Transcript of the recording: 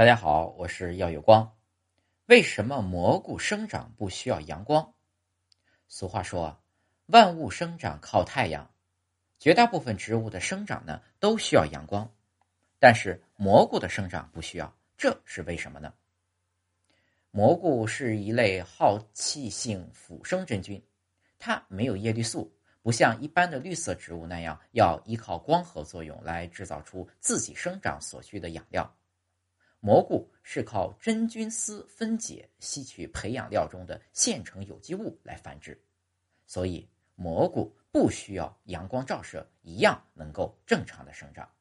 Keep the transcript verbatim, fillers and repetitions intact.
大家好，我是耀有光。为什么蘑菇生长不需要阳光？俗话说，万物生长靠太阳，绝大部分植物的生长呢都需要阳光，但是蘑菇的生长不需要，这是为什么呢？蘑菇是一类好气性腐生真菌，它没有叶绿素，不像一般的绿色植物那样要依靠光合作用来制造出自己生长所需的养料。蘑菇是靠真菌丝分解吸取培养料中的现成有机物来繁殖，所以蘑菇不需要阳光照射，一样能够正常的生长。